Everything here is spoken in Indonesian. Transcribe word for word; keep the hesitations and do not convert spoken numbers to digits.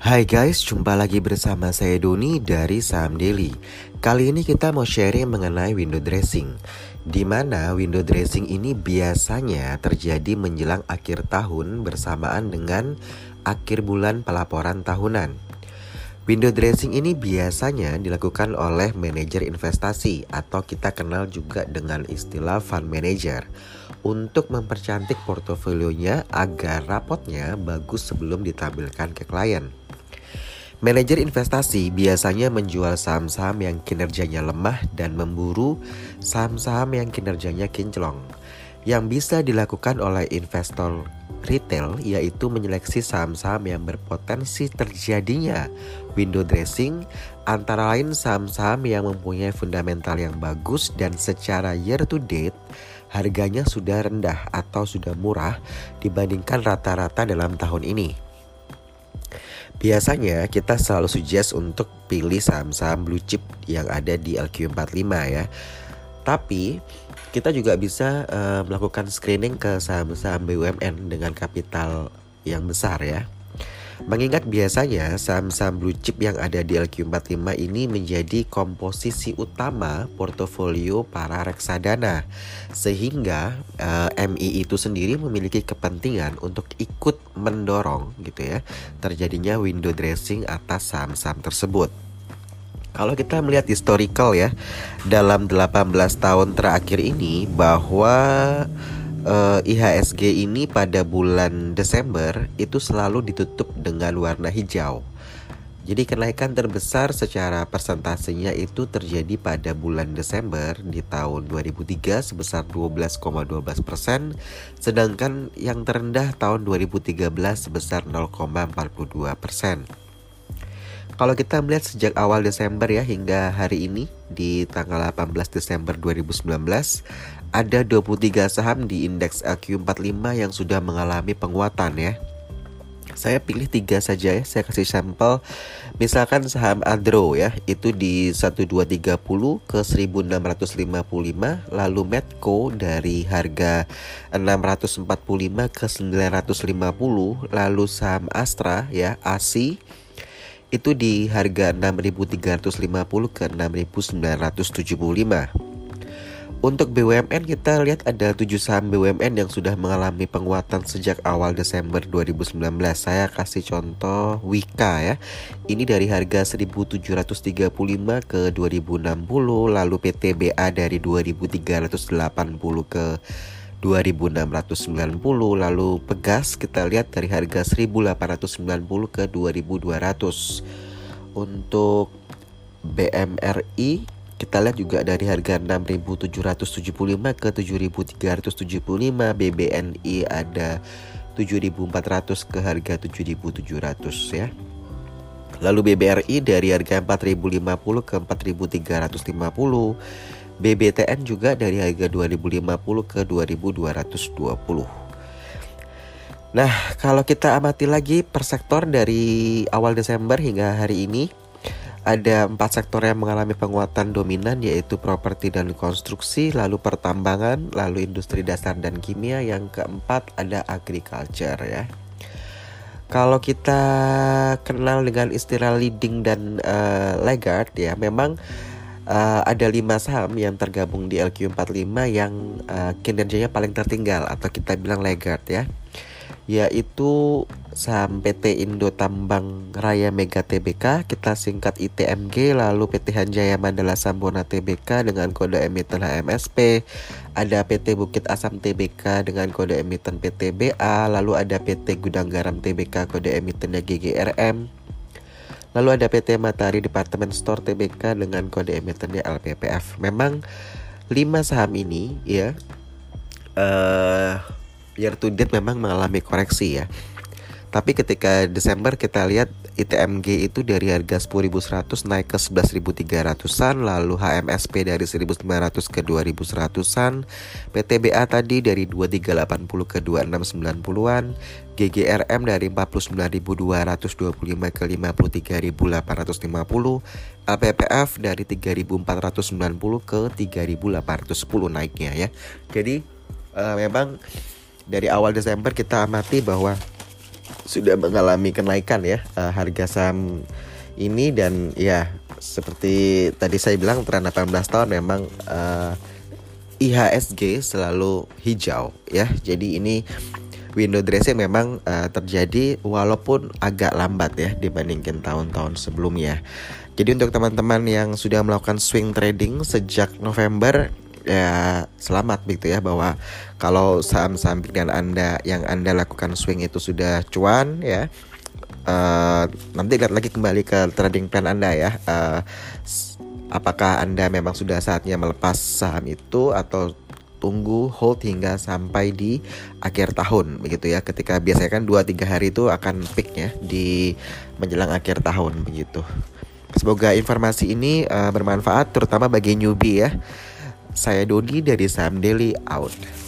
Hai guys, jumpa lagi bersama saya Doni dari Saham Daily. Kali ini kita mau sharing mengenai window dressing, di mana window dressing ini biasanya terjadi menjelang akhir tahun bersamaan dengan akhir bulan pelaporan tahunan. Window dressing ini biasanya dilakukan oleh manajer investasi atau kita kenal juga dengan istilah fund manager untuk mempercantik portofolionya agar rapotnya bagus sebelum ditampilkan ke klien. Manajer investasi biasanya menjual saham-saham yang kinerjanya lemah dan memburu saham-saham yang kinerjanya kinclong. Yang bisa dilakukan oleh investor retail yaitu menyeleksi saham-saham yang berpotensi terjadinya window dressing, antara lain saham-saham yang mempunyai fundamental yang bagus dan secara year to date harganya sudah rendah atau sudah murah dibandingkan rata-rata dalam tahun ini. Biasanya kita selalu suggest untuk pilih saham-saham blue chip yang ada di L Q empat puluh lima ya. Tapi kita juga bisa uh, melakukan screening ke saham-saham B U M N dengan kapital yang besar ya. Mengingat biasanya saham-saham blue chip yang ada di L Q empat puluh lima ini menjadi komposisi utama portofolio para reksadana, sehingga uh, M I itu sendiri memiliki kepentingan untuk ikut mendorong gitu ya terjadinya window dressing atas saham-saham tersebut. Kalau kita melihat historical ya, dalam delapan belas tahun terakhir ini bahwa Uh, I H S G ini pada bulan Desember itu selalu ditutup dengan warna hijau. Jadi kenaikan terbesar secara persentasenya itu terjadi pada bulan Desember di tahun dua ribu tiga sebesar dua belas koma satu dua persen, sedangkan yang terendah tahun dua ribu tiga belas sebesar nol koma empat dua persen. Kalau kita melihat sejak awal Desember ya hingga hari ini di tanggal delapan belas Desember dua ribu sembilan belas ada dua puluh tiga saham di indeks L Q empat puluh lima yang sudah mengalami penguatan ya. Saya pilih tiga saja ya, saya kasih sampel. Misalkan saham Adro ya, itu di seribu dua ratus tiga puluh ke seribu enam ratus lima puluh lima, lalu Medco dari harga enam ratus empat puluh lima ke sembilan ratus lima puluh, lalu saham Astra ya, A S I itu di harga enam ribu tiga ratus lima puluh ke enam ribu sembilan ratus tujuh puluh lima. Untuk B U M N kita lihat ada tujuh saham B U M N yang sudah mengalami penguatan sejak awal Desember dua ribu sembilan belas. Saya kasih contoh Wika ya. Ini dari harga seribu tujuh ratus tiga puluh lima ke dua ribu enam puluh, lalu P T B A dari dua ribu tiga ratus delapan puluh ke dua ribu enam ratus sembilan puluh, lalu Pegas kita lihat dari harga seribu delapan ratus sembilan puluh ke dua ribu dua ratus. Untuk B M R I kita lihat juga dari harga enam ribu tujuh ratus tujuh puluh lima ke tujuh ribu tiga ratus tujuh puluh lima. B B N I ada tujuh ribu empat ratus ke harga tujuh ribu tujuh ratus ya. Lalu B B R I dari harga empat ribu lima puluh ke empat ribu tiga ratus lima puluh. B B T N juga dari harga dua ribu lima puluh ke dua ribu dua ratus dua puluh. Nah, kalau kita amati lagi per sektor dari awal Desember hingga hari ini, ada empat sektor yang mengalami penguatan dominan, yaitu properti dan konstruksi, lalu pertambangan, lalu industri dasar dan kimia, yang keempat ada agriculture ya. Kalau kita kenal dengan istilah leading dan uh, laggard ya, memang Uh, ada lima saham yang tergabung di L Q empat puluh lima yang uh, kinerjanya paling tertinggal atau kita bilang laggard ya, yaitu saham P T Indo Tambang Raya Mega T B K, kita singkat I T M G, lalu P T Hanjaya Mandala Sambona T B K dengan kode emiten H M S P, ada P T Bukit Asam T B K dengan kode emiten P T B A, lalu ada P T Gudang Garam T B K kode emitennya G G R M, lalu ada P T Matahari Department Store T B K dengan kode emitennya L P P F. Memang lima saham ini ya uh, year to date memang mengalami koreksi ya. Tapi ketika Desember kita lihat I T M G itu dari harga sepuluh ribu seratus naik ke sebelas ribu tiga ratusan, lalu H M S P dari seribu sembilan ratus ke dua ribu seratusan, P T B A tadi dari dua ribu tiga ratus delapan puluh ke dua ribu enam ratus sembilan puluhan, G G R M dari empat puluh sembilan ribu dua ratus dua puluh lima ke lima puluh tiga ribu delapan ratus lima puluh, L P P F dari tiga ribu empat ratus sembilan puluh ke tiga ribu delapan ratus sepuluh naiknya ya. Jadi uh, memang dari awal Desember kita amati bahwa sudah mengalami kenaikan ya uh, harga saham ini. Dan ya seperti tadi saya bilang tren delapan belas tahun memang uh, I H S G selalu hijau ya. Jadi ini window dressing memang uh, terjadi walaupun agak lambat ya dibandingkan tahun-tahun sebelumnya. Jadi untuk teman-teman yang sudah melakukan swing trading sejak November, ya selamat begitu ya, bahwa kalau saham-saham pilihan Anda yang Anda lakukan swing itu sudah cuan ya. Uh, nanti lihat lagi kembali ke trading plan Anda ya. Uh, apakah Anda memang sudah saatnya melepas saham itu atau tunggu hold hingga sampai di akhir tahun begitu ya, ketika biasanya kan dua tiga hari itu akan peak ya di menjelang akhir tahun begitu. Semoga informasi ini uh, bermanfaat terutama bagi newbie ya. Saya Dodi dari Saham Daily out.